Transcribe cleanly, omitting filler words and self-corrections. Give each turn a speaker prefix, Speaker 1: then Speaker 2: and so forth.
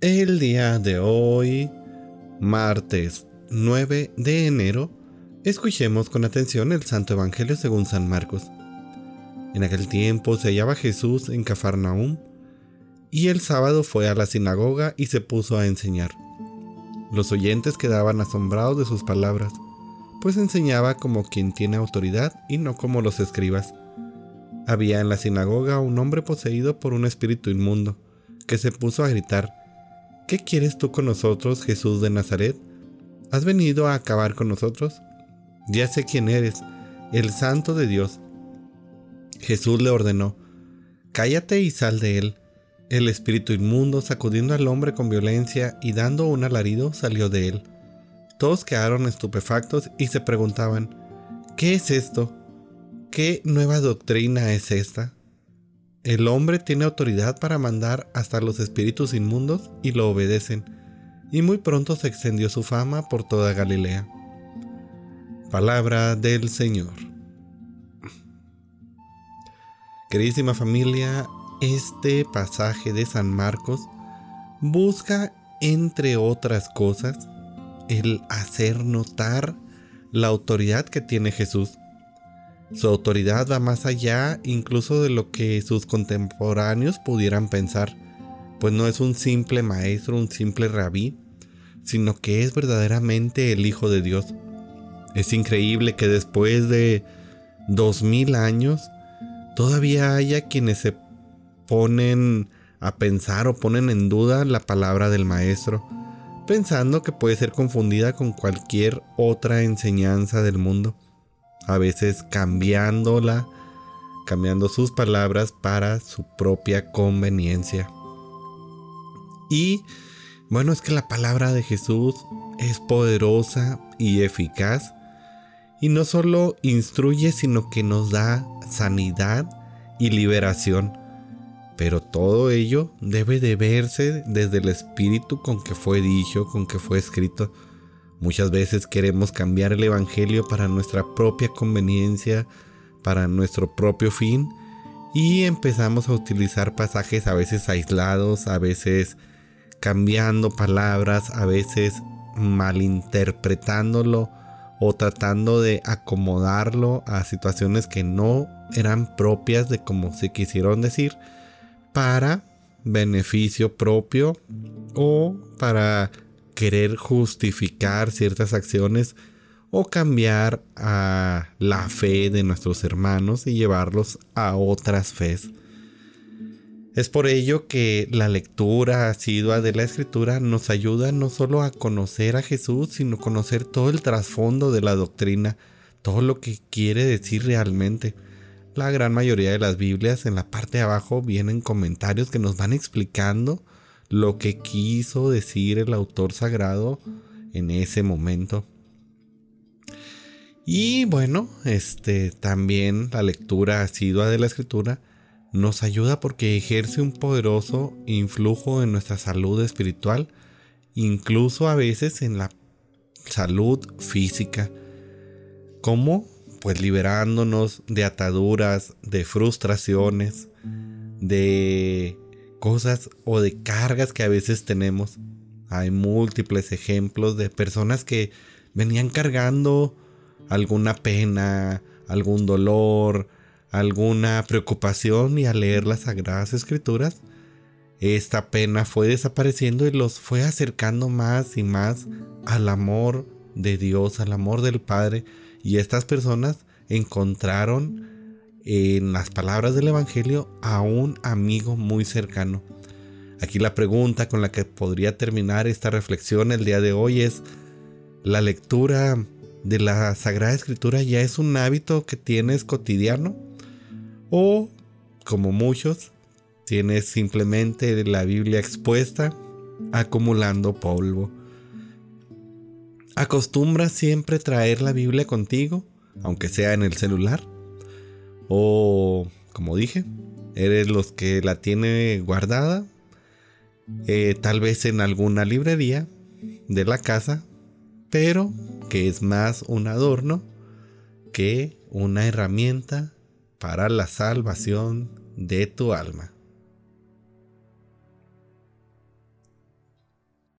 Speaker 1: El día de hoy, martes 9 de enero, escuchemos con atención el Santo Evangelio según San Marcos. En aquel tiempo se hallaba Jesús en Cafarnaúm, y el sábado fue a la sinagoga y se puso a enseñar. Los oyentes quedaban asombrados de sus palabras, pues enseñaba como quien tiene autoridad y no como los escribas. Había en la sinagoga un hombre poseído por un espíritu inmundo, que se puso a gritar: ¿Qué quieres tú con nosotros, Jesús de Nazaret? ¿Has venido a acabar con nosotros? Ya sé quién eres, el Santo de Dios. Jesús le ordenó: cállate y sal de él. El espíritu inmundo, sacudiendo al hombre con violencia y dando un alarido, salió de él. Todos quedaron estupefactos y se preguntaban: ¿qué es esto? ¿Qué nueva doctrina es esta? El hombre tiene autoridad para mandar hasta los espíritus inmundos y lo obedecen, y muy pronto se extendió su fama por toda Galilea. Palabra del Señor. Queridísima familia, este pasaje de San Marcos busca, entre otras cosas, el hacer notar la autoridad que tiene Jesús. Su autoridad va más allá incluso de lo que sus contemporáneos pudieran pensar, pues no es un simple maestro, un simple rabí, sino que es verdaderamente el Hijo de Dios. Es increíble que después de 2000 años todavía haya quienes se ponen a pensar o ponen en duda la palabra del maestro, pensando que puede ser confundida con cualquier otra enseñanza del mundo. A veces cambiando sus palabras para su propia conveniencia. Y bueno, es que la palabra de Jesús es poderosa y eficaz, y no solo instruye, sino que nos da sanidad y liberación. Pero todo ello debe de verse desde el espíritu con que fue dicho, con que fue escrito. Muchas veces queremos cambiar el evangelio para nuestra propia conveniencia, para nuestro propio fin, y empezamos a utilizar pasajes a veces aislados, a veces cambiando palabras, a veces malinterpretándolo o tratando de acomodarlo a situaciones que no eran propias de como se quisieron decir, para beneficio propio o para querer justificar ciertas acciones o cambiar a la fe de nuestros hermanos y llevarlos a otras fes. Es por ello que la lectura asidua de la Escritura nos ayuda no solo a conocer a Jesús, sino conocer todo el trasfondo de la doctrina, todo lo que quiere decir realmente. La gran mayoría de las Biblias, en la parte de abajo vienen comentarios que nos van explicando lo que quiso decir el autor sagrado en ese momento. Y bueno, también la lectura asidua de la Escritura nos ayuda porque ejerce un poderoso influjo en nuestra salud espiritual, incluso a veces en la salud física. ¿Cómo? Pues liberándonos de ataduras, de frustraciones, de cosas o de cargas que a veces tenemos. Hay múltiples ejemplos de personas que venían cargando alguna pena, algún dolor, alguna preocupación, y al leer las Sagradas Escrituras, esta pena fue desapareciendo y los fue acercando más y más al amor de Dios, al amor del Padre, y estas personas encontraron en las palabras del Evangelio a un amigo muy cercano. Aquí la pregunta con la que podría terminar esta reflexión el día de hoy es: ¿la lectura de la Sagrada Escritura ya es un hábito que tienes cotidiano? ¿O, como muchos, tienes simplemente la Biblia expuesta, acumulando polvo? ¿Acostumbras siempre traer la Biblia contigo, aunque sea en el celular? O, como dije, eres los que la tiene guardada, tal vez en alguna librería de la casa, pero que es más un adorno que una herramienta para la salvación de tu alma.